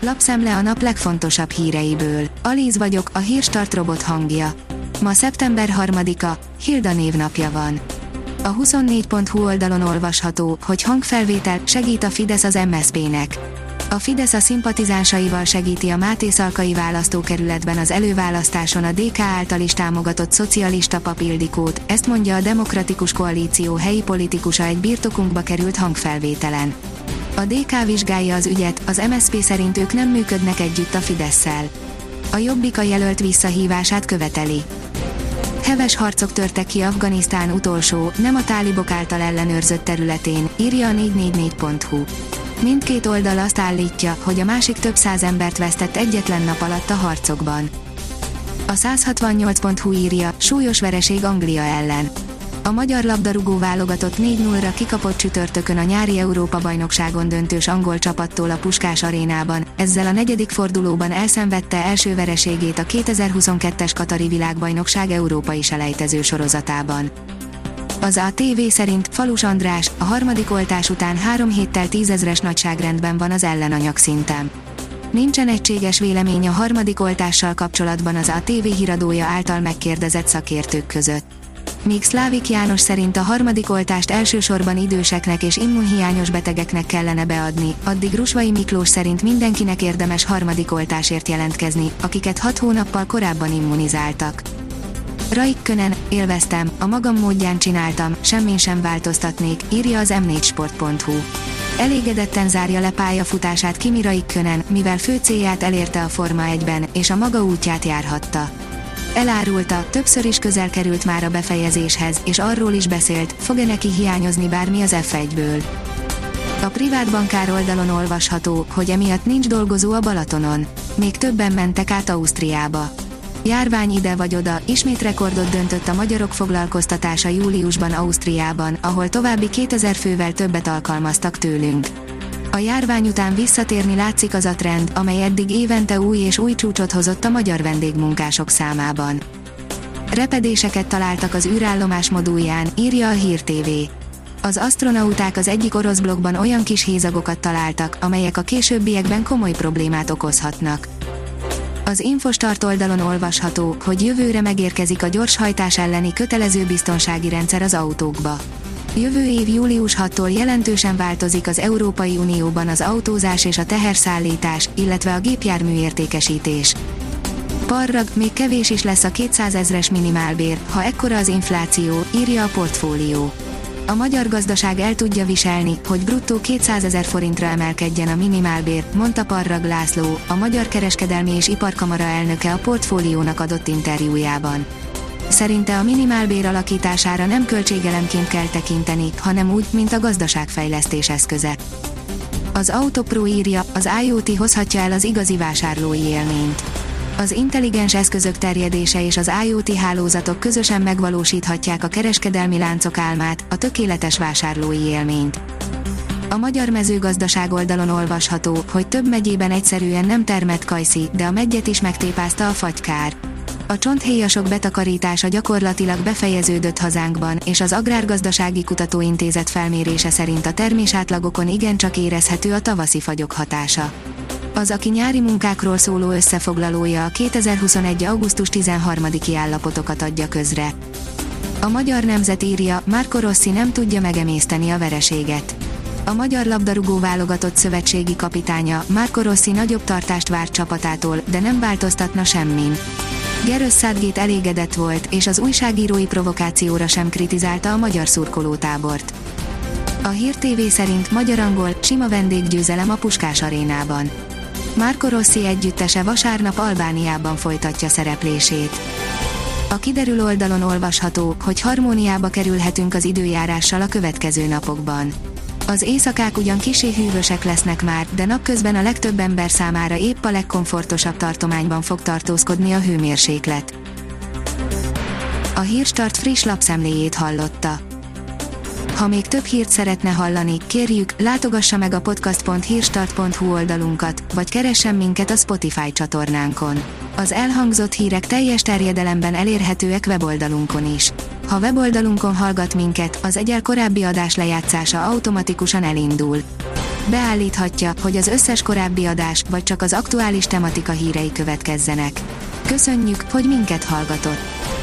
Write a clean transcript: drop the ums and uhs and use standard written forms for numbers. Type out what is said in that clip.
Lapszemle a nap legfontosabb híreiből. Alíz vagyok, a Hírstart robot hangja. Ma szeptember 3-a, Hilda névnapja van. A 24.hu oldalon olvasható, hogy hangfelvétel segít a Fidesz az MSZP-nek. A Fidesz a szimpatizánsaival segíti a Mátészalkai választókerületben az előválasztáson a DK által is támogatott szocialista Pap Ildikót, ezt mondja a Demokratikus Koalíció helyi politikusa egy birtokunkba került hangfelvételen. A DK vizsgálja az ügyet, az MSZP szerint ők nem működnek együtt a Fidesszel. A Jobbik a jelölt visszahívását követeli. Heves harcok törtek ki Afganisztán utolsó, nem a tálibok által ellenőrzött területén, írja a 444.hu. Mindkét oldal azt állítja, hogy a másik több száz embert vesztett egyetlen nap alatt a harcokban. A 168.hu írja, súlyos vereség Anglia ellen. A magyar labdarúgó válogatott 4-0-ra kikapott csütörtökön a nyári Európa-bajnokságon döntős angol csapattól a Puskás arénában, ezzel a negyedik fordulóban elszenvedte első vereségét a 2022-es katari világbajnokság európai selejtező sorozatában. Az ATV szerint Falus András a harmadik oltás után 3 héttel 10 000-es nagyságrendben van az ellenanyag szinten. Nincsen egységes vélemény a harmadik oltással kapcsolatban az ATV híradója által megkérdezett szakértők között. Míg Szlávik János szerint a harmadik oltást elsősorban időseknek és immunhiányos betegeknek kellene beadni, addig Rusvai Miklós szerint mindenkinek érdemes harmadik oltásért jelentkezni, akiket 6 hónappal korábban immunizáltak. Raikkonen, élveztem, a magam módján csináltam, semmin sem változtatnék, írja az m4sport.hu. Elégedetten zárja le pályafutását Kimi Raikkonen, mivel fő célját elérte a Forma 1-ben, és a maga útját járhatta. Elárulta, többször is közel került már a befejezéshez, és arról is beszélt, fog-e neki hiányozni bármi az F1-ből. A privát bankár oldalon olvasható, hogy emiatt nincs dolgozó a Balatonon. Még többen mentek át Ausztriába. Járvány ide vagy oda, ismét rekordot döntött a magyarok foglalkoztatása júliusban Ausztriában, ahol további 2000 fővel többet alkalmaztak tőlünk. A járvány után visszatérni látszik az a trend, amely eddig évente új és új csúcsot hozott a magyar vendégmunkások számában. Repedéseket találtak az űrállomás modulján, írja a Hír TV. Az asztronauták az egyik orosz blokkban olyan kis hézagokat találtak, amelyek a későbbiekben komoly problémát okozhatnak. Az Infostart oldalon olvasható, hogy jövőre megérkezik a gyorshajtás elleni kötelező biztonsági rendszer az autókba. Jövő év július 6-tól jelentősen változik az Európai Unióban az autózás és a teherszállítás, illetve a gépjármű értékesítés. Parrag, még kevés is lesz a 200 000-es minimálbér, ha ekkora az infláció, írja a Portfólió. A magyar gazdaság el tudja viselni, hogy bruttó 200 000 forintra emelkedjen a minimálbér, mondta Parrag László, a Magyar Kereskedelmi és Iparkamara elnöke a Portfóliónak adott interjújában. Szerinte a minimálbér alakítására nem költségelemként kell tekinteni, hanem úgy, mint a gazdaságfejlesztés eszköze. Az Autopro írja, az IoT hozhatja el az igazi vásárlói élményt. Az intelligens eszközök terjedése és az IoT hálózatok közösen megvalósíthatják a kereskedelmi láncok álmát, a tökéletes vásárlói élményt. A magyar mezőgazdaság oldalon olvasható, hogy több megyében egyszerűen nem termett kajszi, de a meggyet is megtépázta a fagykár. A csonthéjasok betakarítása gyakorlatilag befejeződött hazánkban, és az Agrárgazdasági Kutatóintézet felmérése szerint a termésátlagokon igencsak érezhető a tavaszi fagyok hatása. Az, aki nyári munkákról szóló összefoglalója a 2021. augusztus 13-i állapotokat adja közre. A Magyar Nemzet írja, Marco Rossi nem tudja megemészteni a vereséget. A magyar labdarúgó válogatott szövetségi kapitánya, Marco Rossi nagyobb tartást várt csapatától, de nem változtatna semmin. Gareth Southgate elégedett volt, és az újságírói provokációra sem kritizálta a magyar szurkolótábort. A Hír TV szerint magyar-angol, sima vendéggyőzelem a Puskás arénában. Marco Rossi együttese vasárnap Albániában folytatja szereplését. A Kiderül oldalon olvasható, hogy harmóniába kerülhetünk az időjárással a következő napokban. Az éjszakák ugyan kissé hűvösek lesznek már, de napközben a legtöbb ember számára épp a legkomfortosabb tartományban fog tartózkodni a hőmérséklet. A Hírstart friss lapszemléjét hallotta. Ha még több hírt szeretne hallani, kérjük, látogassa meg a podcast.hírstart.hu oldalunkat, vagy keressen minket a Spotify csatornánkon. Az elhangzott hírek teljes terjedelemben elérhetőek weboldalunkon is. Ha weboldalunkon hallgat minket, az egyel korábbi adás lejátszása automatikusan elindul. Beállíthatja, hogy az összes korábbi adás, vagy csak az aktuális tematika hírei következzenek. Köszönjük, hogy minket hallgatott!